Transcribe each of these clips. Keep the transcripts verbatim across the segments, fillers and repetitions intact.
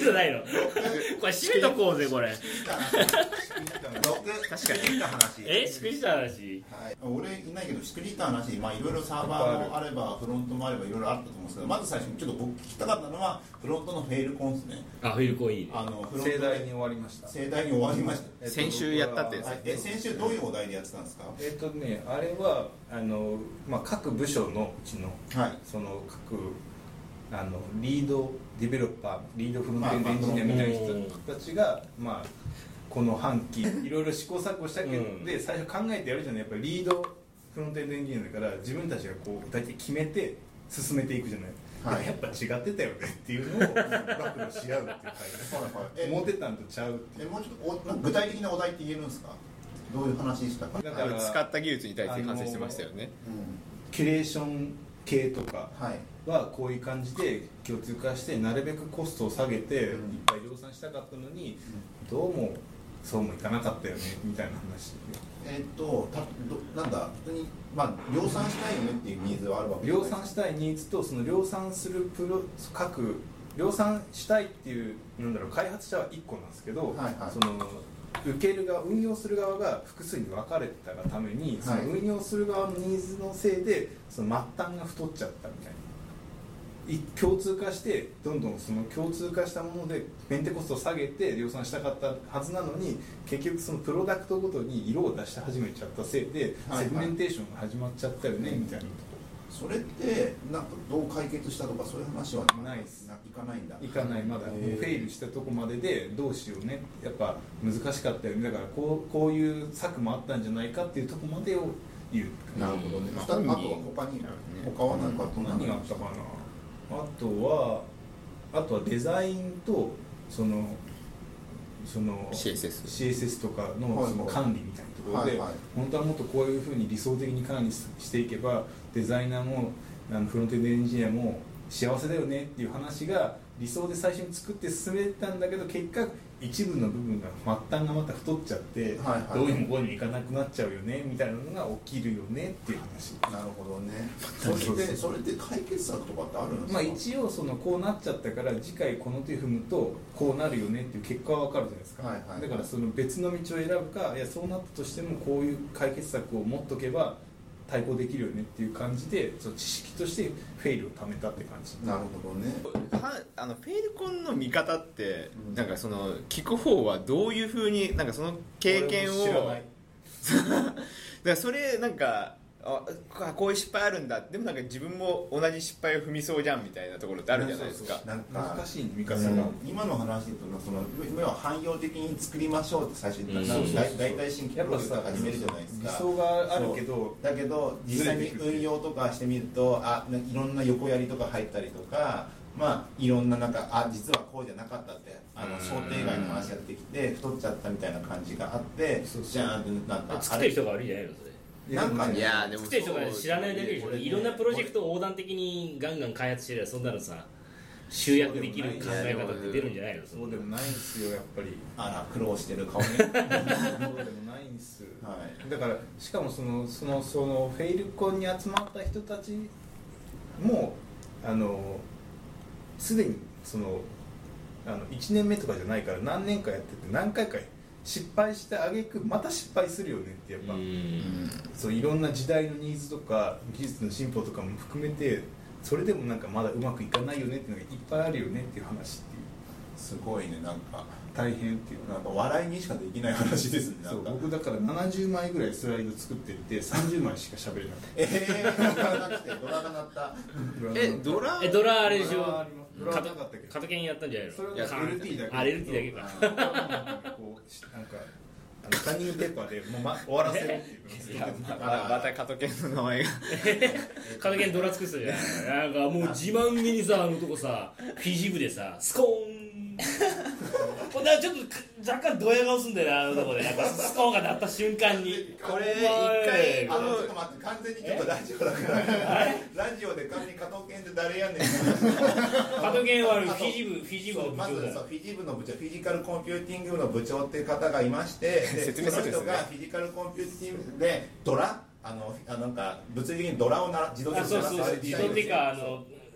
くないのこれ締めとこうぜこれ確かに話えしくじった話、 はい、俺いないけどしくじった話、まあいろいろサーバーもあればフロントもあればいろいろあったと思うんですけど、まず最初にちょっと僕聞きたかったのはフロントのフェイルコンですね。 あフェイルコンいいね。 あのフロント盛大に終わりました。 盛大に終わりました。 先週やったってやつ、 はい、え先週どういうお題でやってたんですか？ えっとねあれはあの、まあ、各部署のうちの、 はい、 その各あのリードディベロッパーリードフロントエンドエンジニアみたいな人たちが、まあ、この半期いろいろ試行錯誤したけど、うん、で最初考えてやるじゃない。やっぱりリードフロントエンドエンジニアだから自分たちがこう大体決めて進めていくじゃない。はい、やっぱ違ってたよねっていうのを暴露し合うっていう回で思ってたんとちゃうっていう。 えもうちょっと具体的なお題って言えるんですか？どういう話でしたか？ だから使った技術に対して完成してましたよね。 うん、キュレーション系とかはこういう感じで共通化してなるべくコストを下げていっぱい量産したかったのに、うん、どうもそうもいかなかったよねみたいな話。 えー、っとたどなんだ普通に、まあ、量産したいよねっていうニーズはあるわけです。 量産したいニーズとその量産するプロ各量産したいっていうなんだろう開発者はいっこなんですけど、はいはい、その受ける側運用する側が複数に分かれてたがために、その運用する側のニーズのせいでその末端が太っちゃったみたいな。共通化してどんどんその共通化したものでメンテコストを下げて量産したかったはずなのに結局そのプロダクトごとに色を出して始めちゃったせいでセグメンテーションが始まっちゃったよねみたいなところ。それってなんかどう解決したとかそういう話はないです。 いかないんだ。 いかないまだフェイルしたとこまででどうしようねやっぱ難しかったよねだからこうこういう策もあったんじゃないかっていうとこまでを言う。 なるほどね。あとは他に他は何か何があったかな。あとはあとはデザインとそのそのシーエスエス, シーエスエス とか の, その管理みたいなところで、はいはい、本当はもっとこういうふうに理想的に管理していけばデザイナーもあのフロントエンドエンジニアも幸せだよねっていう話が理想で最初に作って進めたんだけど結果一部の部分が末端がまた太っちゃって、はいはい、どうにもこうにもいかなくなっちゃうよねみたいなのが起きるよねっていう話。 なるほどね。それでそれで解決策とかってあるんですか？ まあ一応そのこうなっちゃったから次回この手踏むとこうなるよねっていう結果は分かるじゃないですか、はいはい、だからその別の道を選ぶかいやそうなったとしてもこういう解決策を持っとけば対抗できるよねっていう感じでその知識としてフェイルを貯めたって感じ。 なるほどね。 はあのフェイルコンの見方って、うん、なんかその聞く方はどういうふうになんかその経験を知らないだからそれなんかあこういう失敗あるんだでもなんか自分も同じ失敗を踏みそうじゃんみたいなところってあるじゃないですか。 そうそうなんか難しい見方が、 うん、今の話で言うとその今は汎用的に作りましょうって最初に言ったら、うん、大体新規プロジェクト始めるじゃないですか。 理想があるけどだけど実際に運用とかしてみるとあいろんな横やりとか入ったりとかまあいろんななんかあ実はこうじゃなかったってあの想定外の話が出てきて太っちゃったみたいな感じがあってじゃあなんか作ってる人が悪いじゃないのそれ。 なんか、ね、 いやでも作ってる人が知らないだけでしょ。いろんなプロジェクトを横断的にガンガン開発してればそんなのさ集約できる考え方って出るんじゃないの。 そうでもないんですよやっぱり。 あら苦労してる顔ね。 そうでもないんです、はい、だからしかもそのそのそのフェイルコンに集まった人たちもあのすでにそのあのいちねんめとかじゃないから何年かやってて何回か失敗してあげくまた失敗するよねってやっぱうんそういろんな時代のニーズとか技術の進歩とかも含めてそれでもなんかまだうまくいかないよねっていうのがいっぱいあるよねっていう話っていうすごいねなんか大変っていうなんか笑いにしかできない話ですね。 そう僕だからななじゅうまいぐらいスライド作っていてさんじゅうまいしか喋れないええー、ドラが来てドラが鳴ったえドラえドラあれでしょドラはなかったけどカトケンやったんじゃないの。 それは エルティー だけあ エルティー だけかこうなんかあのカンニングペーパーでもう、ま、終わらせようっていういやままたカトケンの名前がカトケンドラ作ってたじゃない。なんかもう自慢げにさあのとこさフィジ部でさスコーンほんでちょっと若干ドヤ顔すんだよなあのとこでなんかスコーンが鳴った瞬間にこれ一回あのちょっと待って完全にちょっとラジオだからラジオで完全に加藤健って誰やねん加藤健はフィジ部フィジ部の部長だ。 まずそうフィジ部の部長フィジカルコンピューティング部の部長っていう方がいまして説明するんですね。 その人がフィジカルコンピューティングでドラあのあなんか物理的にドラをな自動的に鳴らす自動っていうかあの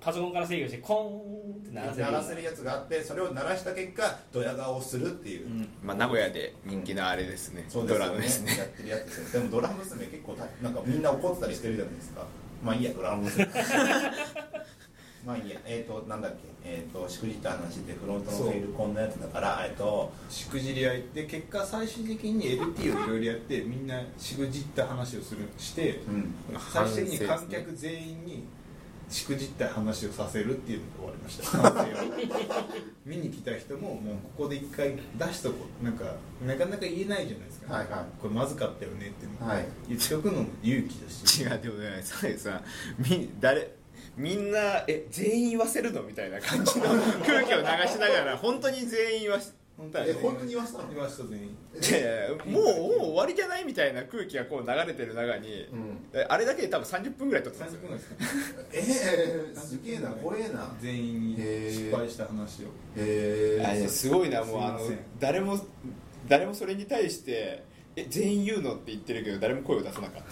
パソコンから制御してコーンって鳴らせる鳴らせるやつがあって、それを鳴らした結果ドヤ顔をするっていう、うん、 まあ、名古屋で人気のあれですね、 そうですよね、 ドラムですね、 やってるやつですよ。でもドラム娘結構なんかみんな怒ってたりしてるじゃないですか。まあいいや、ドラム娘まあいいや、えっ、ー、となんだっけ、えっ、ー、としくじった話でフロントのフェイルコンのやつだから、えっとしくじり合いで結果最終的に エルティー をいろいろやってみんなしくじった話をするして、うん、最終的に観客全員にしくじった話をさせるっていうので終わりました見に来た人ももうここで一回出しとこう、なんかなかなか言えないじゃないですか、はいはい、これまずかったよねっての、はい、言っておくのも勇気だし。 違う、でもね、それさみ誰みんなえ全員言わせるのみたいな感じの空気を流しながら本当に全員言わせ本当に本当に言わせたの？ 言わせた全員。 いやいや、もうもう終わりじゃないみたいな空気がこう流れてる中に、うん、あれだけで多分さんじゅっぷんぐらい撮ってたんですよ。 えー、すげえな、怖えな。 全員に失敗した話を。 へえー、すごいな。もうあの誰も誰もそれに対してえ全員言うのって言ってるけど誰も声を出さなかった。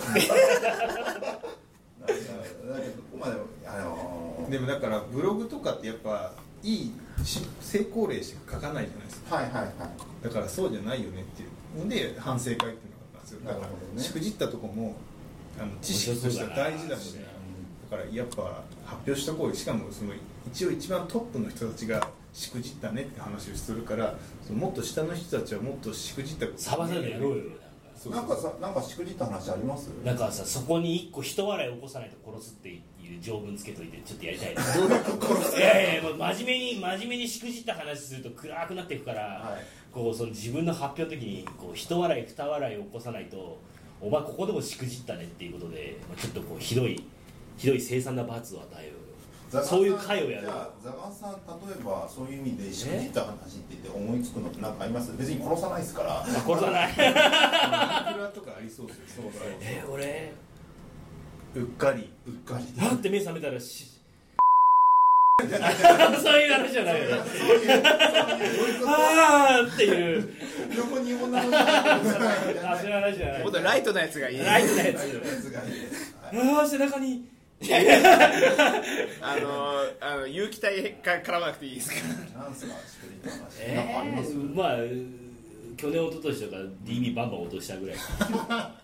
でもだからブログとかってやっぱいい成功例しか書かないじゃないですか。 はいはいはい。だからそうじゃないよねっていうので反省会っていうのがあったんですよ。だから、ね、しくじったとこもあの知識としては大事だし、ね、だからやっぱ発表した行為、しかもその一応一番トップの人たちがしくじったねって話をするから、そのもっと下の人たちはもっとしくじったことサバサバやろうよ。 なんかさ、なんかしくじった話あります？ なんかさ、そこに一個人笑いを起こさないと殺すっていう条文つけといてちょっとやりたいな。 どういうこと殺す？ いやいや、もう真面目に真面目にしくじった話すると暗くなっていくから、はい、こうその自分の発表の時にこう人笑い二笑いを起こさないと、お前ここでもしくじったねっていうことで、ちょっとこうひどいひどい凄惨な罰を与えよう。そういう会をやる。 じゃあザガさん、例えばそういう意味でしくじった話って言って思いつくのって何かあります？別に殺さないですから。 殺さない。 インフラとかありそうですよ。そうそう。 えー、俺うっかりうっかり。 だって目覚めたらし。そういう話じゃないよね。あーっていう。 横に女の子があ、そういう話じゃない。 もっとライトなやつがいい。 ライトなやつ。ああ、背中に。いやいやあのあの有機体か絡まなくていいですか？ なんすか、 えー、まあ去年一昨年とか ディービー バンバン落としたぐらい。